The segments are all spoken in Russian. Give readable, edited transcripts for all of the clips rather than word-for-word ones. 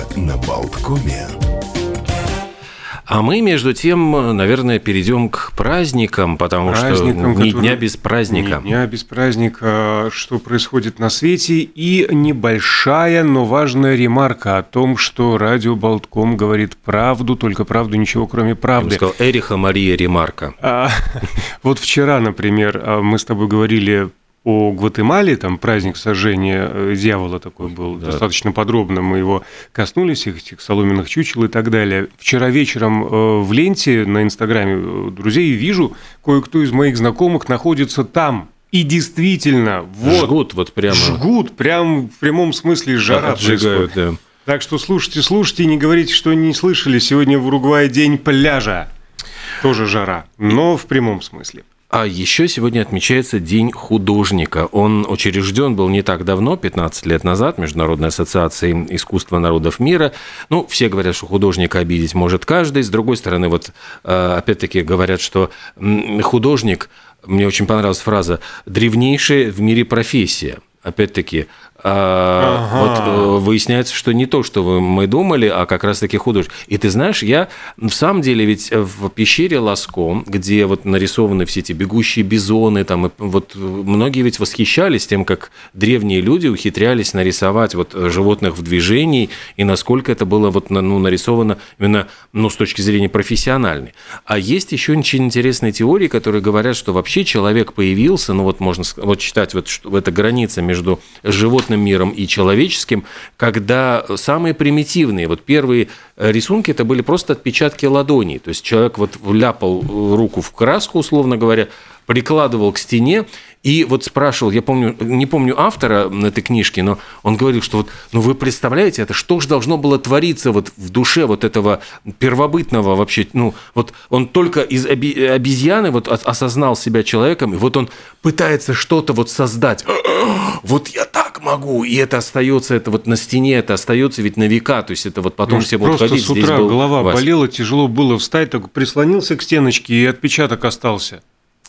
на Болткоме. А мы, между тем, наверное, перейдем к праздникам, потому что ни дня без праздника. Ни дня без праздника, что происходит на свете. И небольшая, но важная ремарка о том, что радио Болтком говорит правду, только правду, ничего кроме правды. Я бы сказал, Эриха Мария ремарка. Вот вчера, например, мы с тобой говорили о Гватемале, там праздник сожжения дьявола такой был, да. Достаточно подробно мы его коснулись, этих соломенных чучел и так далее. Вчера вечером в ленте на Инстаграме друзей вижу, кое-кто из моих знакомых находится там. И действительно, жгут прям в прямом смысле жара отжигают, да. Так что слушайте и не говорите, что не слышали. Сегодня в Уругвае день пляжа. Тоже жара, но в прямом смысле. А еще сегодня отмечается День художника. Он учрежден был не так давно, 15 лет назад, Международной ассоциацией искусства народов мира. Ну, все говорят, что художника обидеть может каждый. С другой стороны, вот опять-таки говорят, что художник, мне очень понравилась фраза, древнейшая в мире профессия. Опять-таки, вот выясняется, что не то, что мы думали, а как раз-таки художник. И ты знаешь, я в самом деле ведь в пещере Ласко, где вот нарисованы все эти бегущие бизоны, там, и вот многие ведь восхищались тем, как древние люди ухитрялись нарисовать вот животных в движении, и насколько это было вот, нарисовано именно с точки зрения профессиональной. А есть еще очень интересные теории, которые говорят, что вообще человек появился, можно считать, что это граница между животным миром и человеческим, когда самые примитивные, вот первые рисунки, это были просто отпечатки ладоней, то есть человек вот вляпал руку в краску, условно говоря, прикладывал к стене и вот спрашивал, не помню автора этой книжки, но он говорил, что вы представляете, это что же должно было твориться вот в душе вот этого первобытного вообще, он только из обезьяны вот осознал себя человеком, и вот он пытается что-то вот создать. Вот я так могу, и это остается, это вот на стене, это остается ведь на века, то есть это вот потом все будут ходить. Просто с утра голова болела, тяжело было встать, так прислонился к стеночке, и отпечаток остался.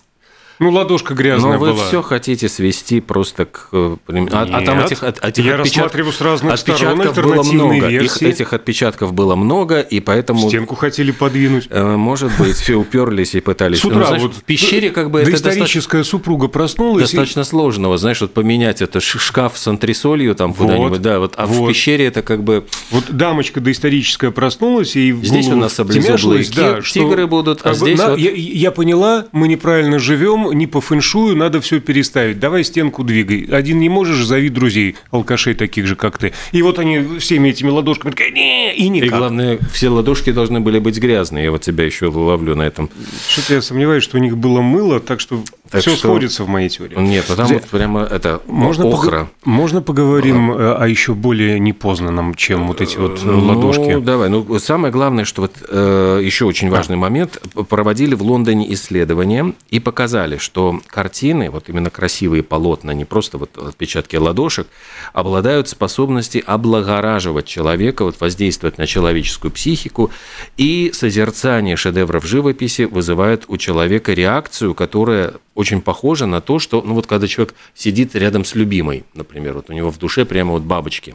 Ладошка грязная была. Но вы все хотите свести просто к... там я рассматриваю с разных сторон альтернативные версии. Этих отпечатков было много, и поэтому... Стенку хотели подвинуть. Может быть, все уперлись и пытались. С утра вот в пещере как бы... Доисторическая супруга проснулась. Достаточно сложного, знаешь, вот поменять это шкаф с антресолью там куда-нибудь, да, в пещере это как бы... Вот дамочка доисторическая проснулась, и в здесь у нас облизоблые тигры будут, а здесь вот... Я поняла, мы неправильно живем, не по фэншую, надо все переставить. Давай стенку двигай. Один не можешь, зови друзей, алкашей таких же, как ты. И вот они всеми этими ладошками такие, и никак. И главное, все ладошки должны были быть грязные. Я вот тебя еще ловлю на этом. Что-то я сомневаюсь, что у них было мыло, так что все сходится в моей теории. Нет, там вот прямо это охра. Можно поговорим о еще более непознанном, чем вот эти вот ладошки? Давай. Самое главное, что вот еще очень важный момент. Проводили в Лондоне исследования и показали, что картины, вот именно красивые полотна, не просто вот отпечатки ладошек, обладают способностью облагораживать человека, вот воздействовать на человеческую психику, и созерцание шедевров живописи вызывает у человека реакцию, которая очень похожа на то, что, когда человек сидит рядом с любимой, например, вот у него в душе прямо вот бабочки.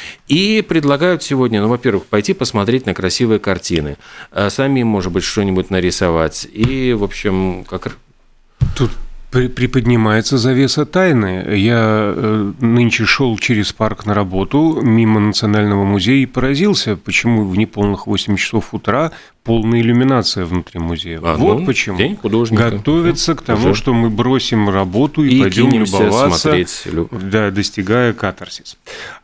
И предлагают сегодня, во-первых, пойти посмотреть на красивые картины, самим, может быть, что-нибудь нарисовать, и, в общем, как... Тут приподнимается завеса тайны. Я нынче шел через парк на работу, мимо Национального музея, и поразился, почему в неполных 8 часов утра полная иллюминация внутри музея. Почему. День художника. Готовится к тому, что мы бросим работу и пойдем любоваться, смотреть. Да, достигая катарсис.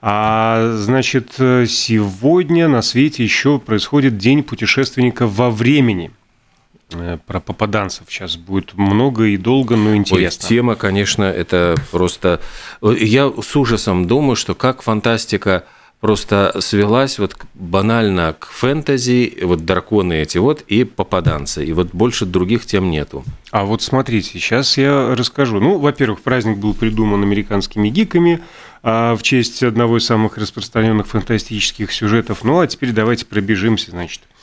Значит, сегодня на свете еще происходит День путешественника во времени. Про попаданцев сейчас будет много и долго, но интересно. Тема, конечно, это просто... Я с ужасом думаю, что как фантастика просто свелась вот банально к фэнтези, вот драконы эти вот и попаданцы, и вот больше других тем нету. А вот смотрите, сейчас я расскажу. Во-первых, праздник был придуман американскими гиками в честь одного из самых распространенных фантастических сюжетов. А теперь давайте пробежимся, значит.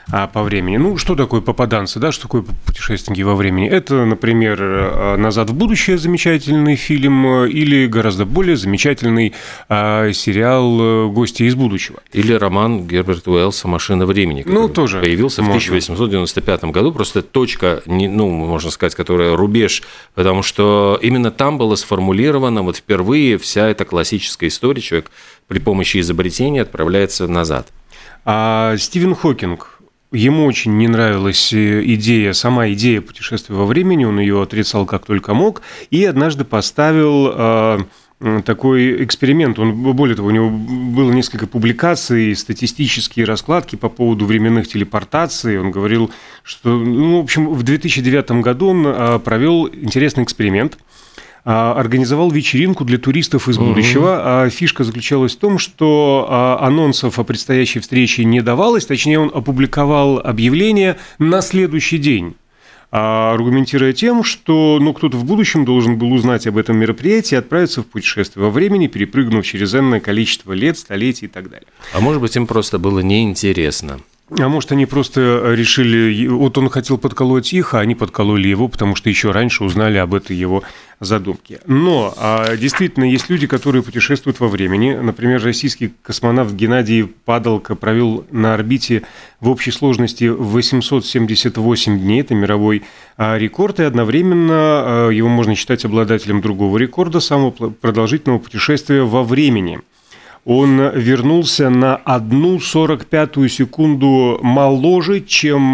по времени. Ну, что такое попаданцы, да, что такое путешественники во времени? Это, например, «Назад в будущее» замечательный фильм или гораздо более замечательный сериал «Гости из будущего». Или роман Герберта Уэллса «Машина времени», который тоже появился в 1895 году. Просто точка, можно сказать, которая рубеж, потому что именно там было сформулировано вот впервые вся эта классическая история. Человек при помощи изобретения отправляется назад. А Стивен Хокинг, ему очень не нравилась сама идея путешествия во времени, он ее отрицал как только мог, и однажды поставил такой эксперимент. Более того, у него было несколько публикаций, статистические раскладки по поводу временных телепортаций. Он говорил, что, в общем, в 2009 году он провел интересный эксперимент. Организовал вечеринку для туристов из будущего. Фишка заключалась в том, что анонсов о предстоящей встрече не давалось, точнее, он опубликовал объявление на следующий день, аргументируя тем, что кто-то в будущем должен был узнать об этом мероприятии и отправиться в путешествие во времени, перепрыгнув через энное количество лет, столетий и так далее. А может быть, им просто было неинтересно. А может, они просто решили... Вот он хотел подколоть их, а они подкололи его, потому что еще раньше узнали об этой его задумке. Но действительно есть люди, которые путешествуют во времени. Например, российский космонавт Геннадий Падалко провел на орбите в общей сложности 878 дней. Это мировой рекорд. И одновременно его можно считать обладателем другого рекорда, самого продолжительного путешествия во времени. Он вернулся на 1/45 секунду моложе, чем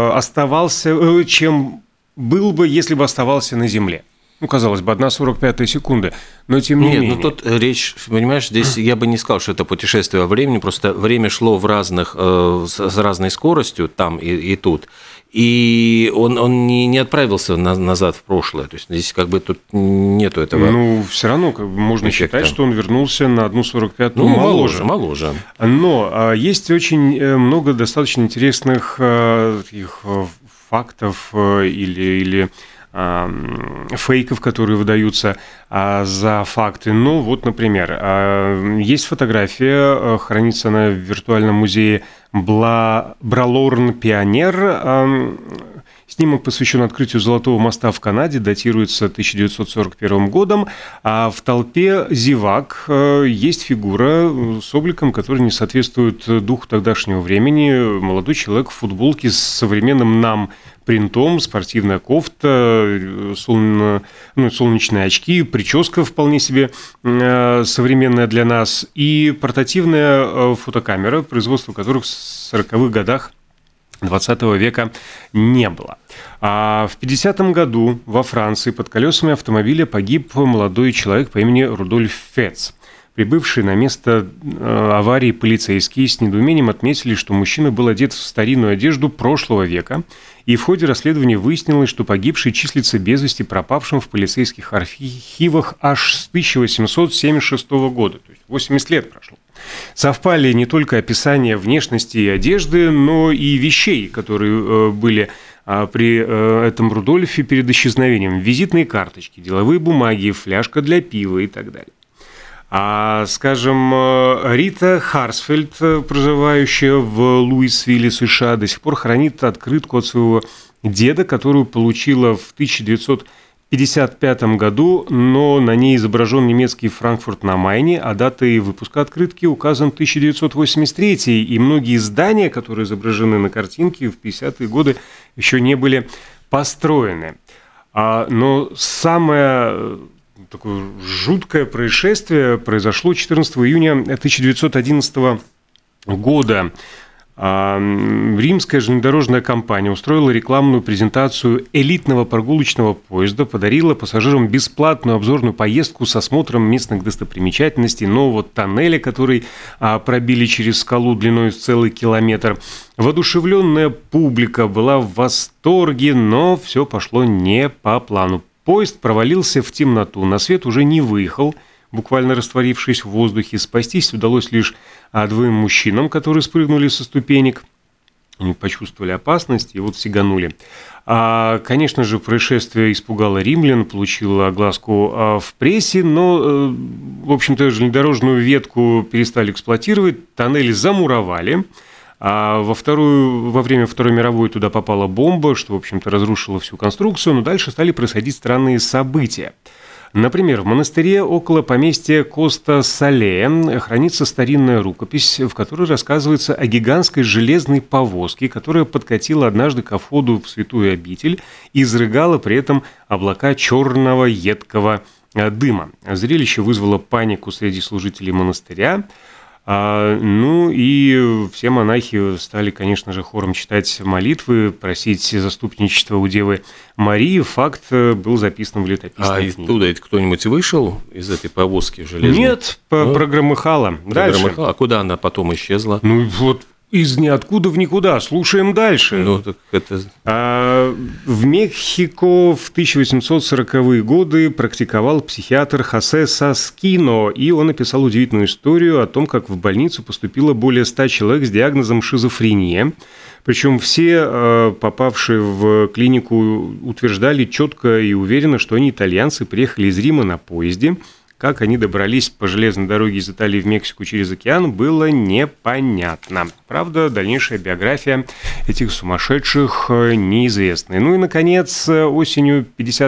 был бы, если бы оставался на Земле. Казалось бы, 1/45 секунды, но тем не менее. Нет, тут речь, понимаешь, здесь я бы не сказал, что это путешествие во времени, просто время шло с разной скоростью там и тут, и он не отправился назад в прошлое, то есть здесь как бы тут нету этого. Все равно можно эффекта. считать, что он вернулся на 1/45 моложе. Но есть очень много достаточно интересных таких фактов или фейков, которые выдаются за факты. Например, есть фотография, хранится она в виртуальном музее Бралорн Пионер. Снимок посвящен открытию Золотого моста в Канаде, датируется 1941 годом, а в толпе зевак есть фигура с обликом, который не соответствует духу тогдашнего времени. Молодой человек в футболке с современным нам принтом, спортивная кофта, солнечные очки, прическа вполне себе современная для нас и портативная фотокамера, производство которых в 40-х годах 20 века не было. А в 50-м году во Франции под колесами автомобиля погиб молодой человек по имени Рудольф Фец. Прибывшие на место аварии полицейские с недоумением отметили, что мужчина был одет в старинную одежду прошлого века, и в ходе расследования выяснилось, что погибший числится без вести пропавшим в полицейских архивах аж с 1876 года, то есть 80 лет прошло. Совпали не только описания внешности и одежды, но и вещей, которые были при этом Рудольфе перед исчезновением. Визитные карточки, деловые бумаги, фляжка для пива и так далее. Скажем, Рита Харсфельд, проживающая в Луисвилле, США, до сих пор хранит открытку от своего деда, которую получила в 1955 году, но на ней изображен немецкий Франкфурт на Майне, а датой выпуска открытки указан 1983, и многие здания, которые изображены на картинке в 50-е годы, еще не были построены. Но самое такое жуткое происшествие произошло 14 июня 1911 года. Римская железнодорожная компания устроила рекламную презентацию элитного прогулочного поезда, подарила пассажирам бесплатную обзорную поездку с осмотром местных достопримечательностей, нового тоннеля, который пробили через скалу длиной в целый километр. Воодушевленная публика была в восторге, но все пошло не по плану. Поезд провалился в темноту, на свет уже не выехал, буквально растворившись в воздухе. Спастись удалось лишь двоим мужчинам, которые спрыгнули со ступенек. Они почувствовали опасность и сиганули. Конечно же, происшествие испугало римлян, получило огласку в прессе, но, в общем-то, железнодорожную ветку перестали эксплуатировать, тоннели замуровали. А во время Второй мировой туда попала бомба, что, в общем-то, разрушило всю конструкцию, но дальше стали происходить странные события. Например, в монастыре около поместья Коста-Сале хранится старинная рукопись, в которой рассказывается о гигантской железной повозке, которая подкатила однажды ко входу в святую обитель и изрыгала при этом облака черного едкого дыма. Зрелище вызвало панику среди служителей монастыря. Ну и все монахи стали, конечно же, хором читать молитвы, просить заступничества у Девы Марии. Факт был записан в летописной книге. Оттуда кто-нибудь вышел из этой повозки железной? Нет, прогромыхала. Дальше. А куда она потом исчезла? Ну вот из ниоткуда в никуда. Слушаем дальше. Ну, так это... В Мехико в 1840-е годы практиковал психиатр Хосе Саскино, и он написал удивительную историю о том, как в больницу поступило более 100 человек с диагнозом шизофрения. Причем все, попавшие в клинику, утверждали четко и уверенно, что они итальянцы, приехали из Рима на поезде. Как они добрались по железной дороге из Италии в Мексику через океан, было непонятно. Правда, дальнейшая биография этих сумасшедших неизвестна. Ну и, наконец, осенью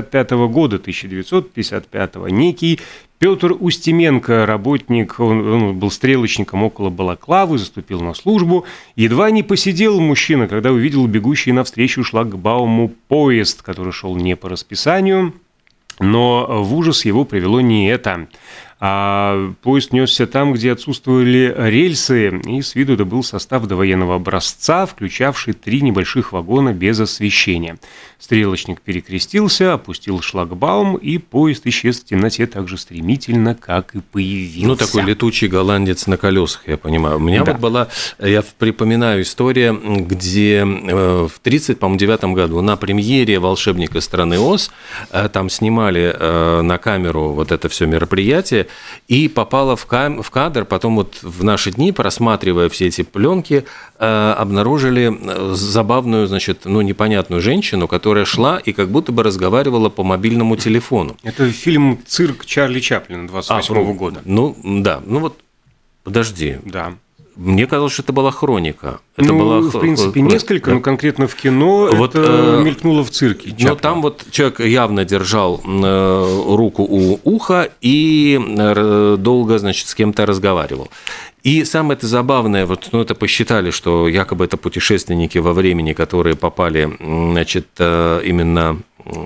1955 некий Петр Устименко, работник, он был стрелочником около Балаклавы, заступил на службу. Едва не посидел мужчина, когда увидел бегущий навстречу шлагбауму поезд, который шел не по расписанию. Но в ужас его привело не это. А поезд несся там, где отсутствовали рельсы, и с виду это был состав довоенного образца, включавший 3 небольших вагона без освещения. Стрелочник перекрестился, опустил шлагбаум, и поезд исчез в темноте так же стремительно, как и появился. Ну, такой летучий голландец на колесах, я понимаю. У меня вот была, я припоминаю, история, где в 1939 году на премьере «Волшебника страны Оз» там снимали на камеру вот это все мероприятие, и попала в кадр, потом вот в наши дни, просматривая все эти пленки, обнаружили забавную, значит, непонятную женщину, которая шла и как будто бы разговаривала по мобильному телефону. Это фильм «Цирк» Чарли Чаплина 28-го года. Ну, да, подожди. Да. Мне казалось, что это была хроника. В принципе, несколько, но конкретно в кино вот, это мелькнуло в цирке. Но там вот человек явно держал руку у уха и долго, значит, с кем-то разговаривал. И самое это забавное, это посчитали, что якобы это путешественники во времени, которые попали, значит, именно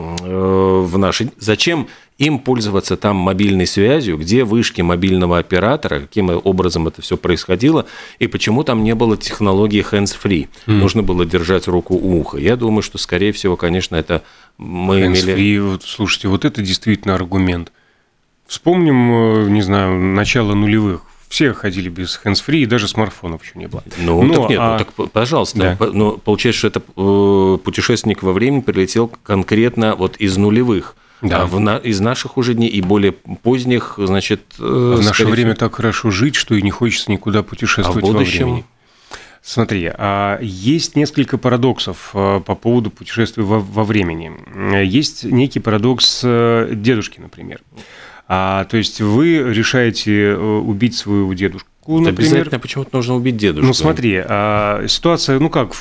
в наши... Зачем им пользоваться там мобильной связью, где вышки мобильного оператора, каким образом это все происходило, и почему там не было технологии hands-free. Нужно было держать руку у уха. Я думаю, что, скорее всего, конечно, это мы имели... Слушайте, вот это действительно аргумент. Вспомним, не знаю, начало нулевых. Все ходили без hands-free, и даже смартфонов еще не было. Пожалуйста. Да. Но получается, что это путешественник во времени прилетел конкретно вот из нулевых. Да. Из наших уже дней и более поздних, значит... В наше время так хорошо жить, что и не хочется никуда путешествовать во времени. Смотри, есть несколько парадоксов по поводу путешествий во времени. Есть некий парадокс дедушки, например. То есть вы решаете убить своего дедушку, например. Обязательно почему-то нужно убить дедушку. Ну смотри, ситуация,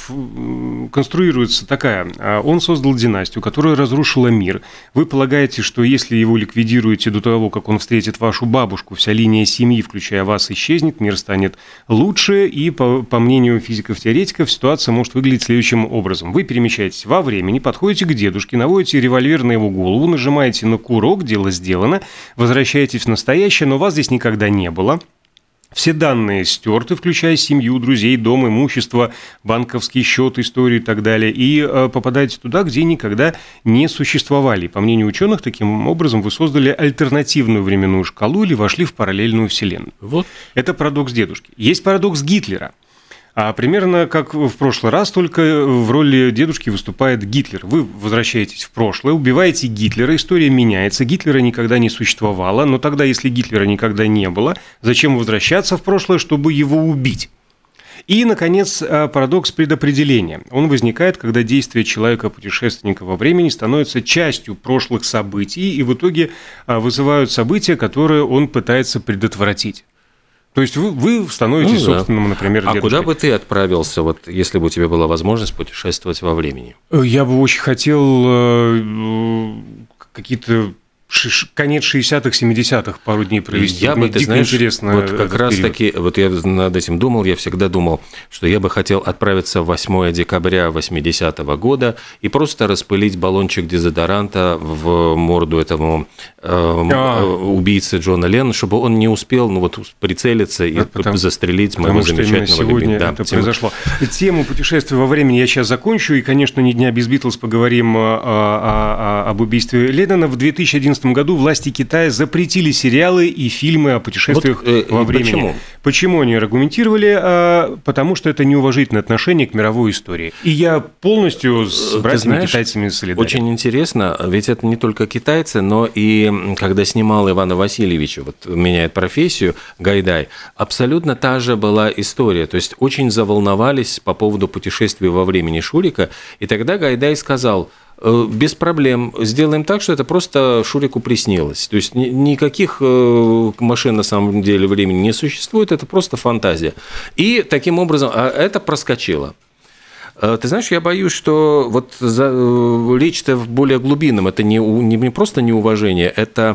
конструируется такая. Он создал династию, которая разрушила мир. Вы полагаете, что если его ликвидируете до того, как он встретит вашу бабушку, вся линия семьи, включая вас, исчезнет, мир станет лучше, и, по мнению физиков-теоретиков, ситуация может выглядеть следующим образом. Вы перемещаетесь во времени, подходите к дедушке, наводите револьвер на его голову, нажимаете на курок, дело сделано, возвращаетесь в настоящее, но вас здесь никогда не было. Все данные стерты, включая семью, друзей, дом, имущество, банковский счет, историю и так далее, и попадаете туда, где никогда не существовали. По мнению ученых, таким образом вы создали альтернативную временную шкалу или вошли в параллельную вселенную. Вот. Это парадокс дедушки. Есть парадокс Гитлера. Примерно как в прошлый раз, только в роли дедушки выступает Гитлер. Вы возвращаетесь в прошлое, убиваете Гитлера, история меняется, Гитлера никогда не существовало, но тогда, если Гитлера никогда не было, зачем возвращаться в прошлое, чтобы его убить? И, наконец, парадокс предопределения. Он возникает, когда действие человека-путешественника во времени становится частью прошлых событий и в итоге вызывают события, которые он пытается предотвратить. То есть вы становитесь собственным, например, дедушкой. А куда бы ты отправился, вот, если бы у тебя была возможность путешествовать во времени? Я бы очень хотел какие-то конец 60-х, 70-х пару дней провести. Я бы, ты знаешь, интересно, вот как раз-таки, вот я над этим думал, я всегда думал, что я бы хотел отправиться в 8 декабря 80-го года и просто распылить баллончик дезодоранта в морду этому убийце Джона Леннона, чтобы он не успел прицелиться и застрелить моего замечательного любимого. Это произошло. Тему путешествия во времени я сейчас закончу, и, конечно, не дня без Битлз поговорим об убийстве Леннона. В 2011 году власти Китая запретили сериалы и фильмы о путешествиях во времени. Почему они аргументировали? Потому что это неуважительное отношение к мировой истории. И я полностью с братьями-китайцами солидарен. Очень интересно, ведь это не только китайцы, но и когда снимал Ивана Васильевича, вот меняет профессию, Гайдай, абсолютно та же была история. То есть очень заволновались по поводу путешествия во времени Шурика, и тогда Гайдай сказал: без проблем, сделаем так, что это просто Шурику приснилось. То есть никаких машин на самом деле времени не существует, это просто фантазия. И таким образом это проскочило. Ты знаешь, я боюсь, что вот речь-то в более глубинном, это не просто неуважение, это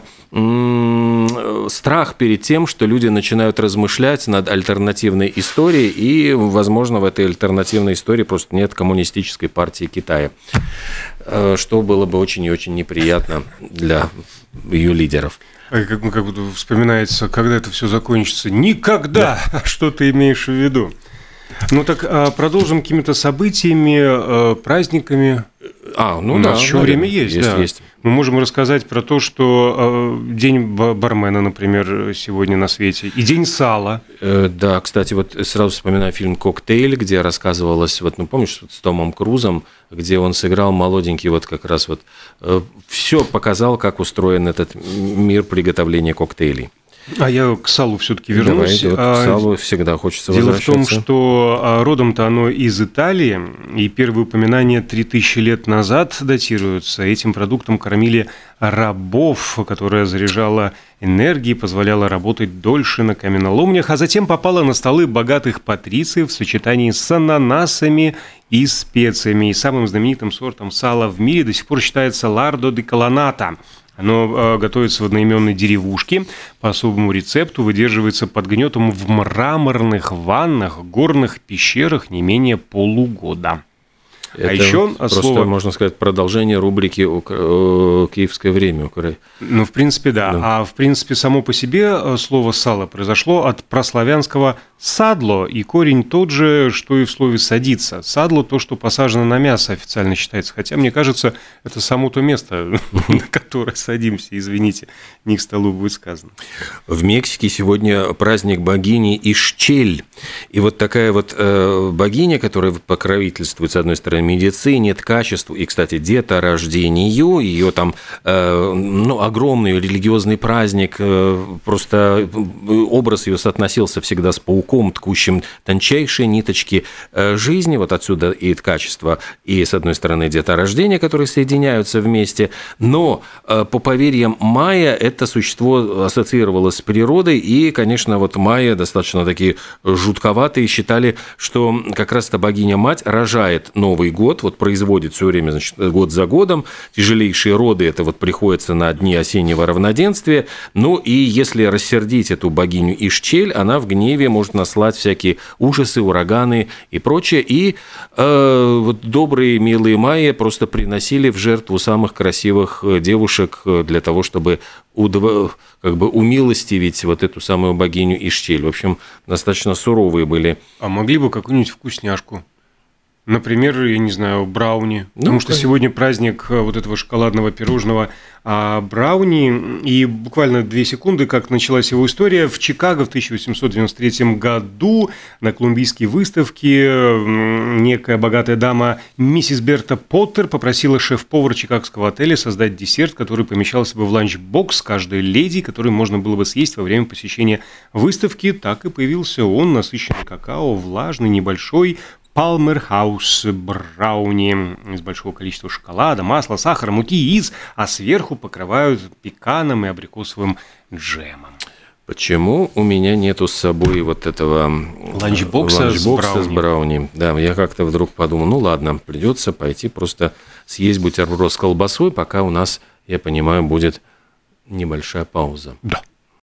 страх перед тем, что люди начинают размышлять над альтернативной историей, и, возможно, в этой альтернативной истории просто нет коммунистической партии Китая, что было бы очень и очень неприятно для ее лидеров. Как будто вспоминается, когда это все закончится. Никогда! Да. Что ты имеешь в виду? Ну так продолжим какими-то событиями, праздниками. У нас еще время есть. Мы можем рассказать про то, что День бармена, например, сегодня на свете, и День сала. Да, кстати, вот сразу вспоминаю фильм «Коктейль», где рассказывалось, помнишь, с Томом Крузом, где он сыграл молоденький, все показал, как устроен этот мир приготовления коктейлей. А я к салу все-таки вернусь. Давай, к салу всегда хочется возвращаться. Дело в том, что родом-то оно из Италии, и первые упоминания 3000 лет назад датируются. Этим продуктом кормили рабов, которая заряжала энергией, позволяла работать дольше на каменоломнях, а затем попала на столы богатых патрициев в сочетании с ананасами и специями. И самым знаменитым сортом сала в мире до сих пор считается лардо ди колоната. Оно готовится в одноименной деревушке по особому рецепту, выдерживается под гнетом в мраморных ваннах, горных пещерах не менее полугода. Это еще просто, можно сказать, продолжение рубрики «Киевское время». Ну, в принципе, да. А в принципе, само по себе слово «сало» произошло от прославянского «садло», и корень тот же, что и в слове «садиться». Садло – то, что посажено на мясо, официально считается. Хотя, мне кажется, это само то место, на которое садимся, извините, не к столу будет сказано. В Мексике сегодня праздник богини Ixchel. И вот такая вот богиня, которая покровительствует, с одной стороны, медицине, ткачеству и, кстати, деторождению. Ее там огромный религиозный праздник, просто образ ее соотносился всегда с пауком, ткущим тончайшие ниточки жизни, вот отсюда и ткачество, и, с одной стороны, деторождение, которые соединяются вместе, но по поверьям майя это существо ассоциировалось с природой, и, конечно, вот майя достаточно такие жутковатые, считали, что как раз эта богиня-мать рожает Новый год, вот производит все время, значит, год за годом, тяжелейшие роды, это вот приходится на дни осеннего равноденствия, ну и если рассердить эту богиню Ixchel, она в гневе может наслать всякие ужасы, ураганы и прочее, и вот добрые, милые майя просто приносили в жертву самых красивых девушек для того, чтобы умилостивить вот эту самую богиню Ixchel. В общем, достаточно суровые были. А могли бы какую-нибудь вкусняшку? Например, я не знаю, брауни. Потому что сегодня праздник вот этого шоколадного пирожного брауни. И буквально 2 секунды, как началась его история. В Чикаго в 1893 году на Колумбийской выставке некая богатая дама миссис Берта Поттер попросила шеф-повара чикагского отеля создать десерт, который помещался бы в ланчбокс каждой леди, который можно было бы съесть во время посещения выставки. Так и появился он, насыщенный какао, влажный, небольшой, Palmer House брауни из большого количества шоколада, масла, сахара, муки, яиц, а сверху покрывают пеканом и абрикосовым джемом. Почему у меня нету с собой вот этого ланчбокса с брауни? Да, я как-то вдруг подумал, ну ладно, придется пойти просто съесть бутерброд с колбасой, пока у нас, я понимаю, будет небольшая пауза. Да.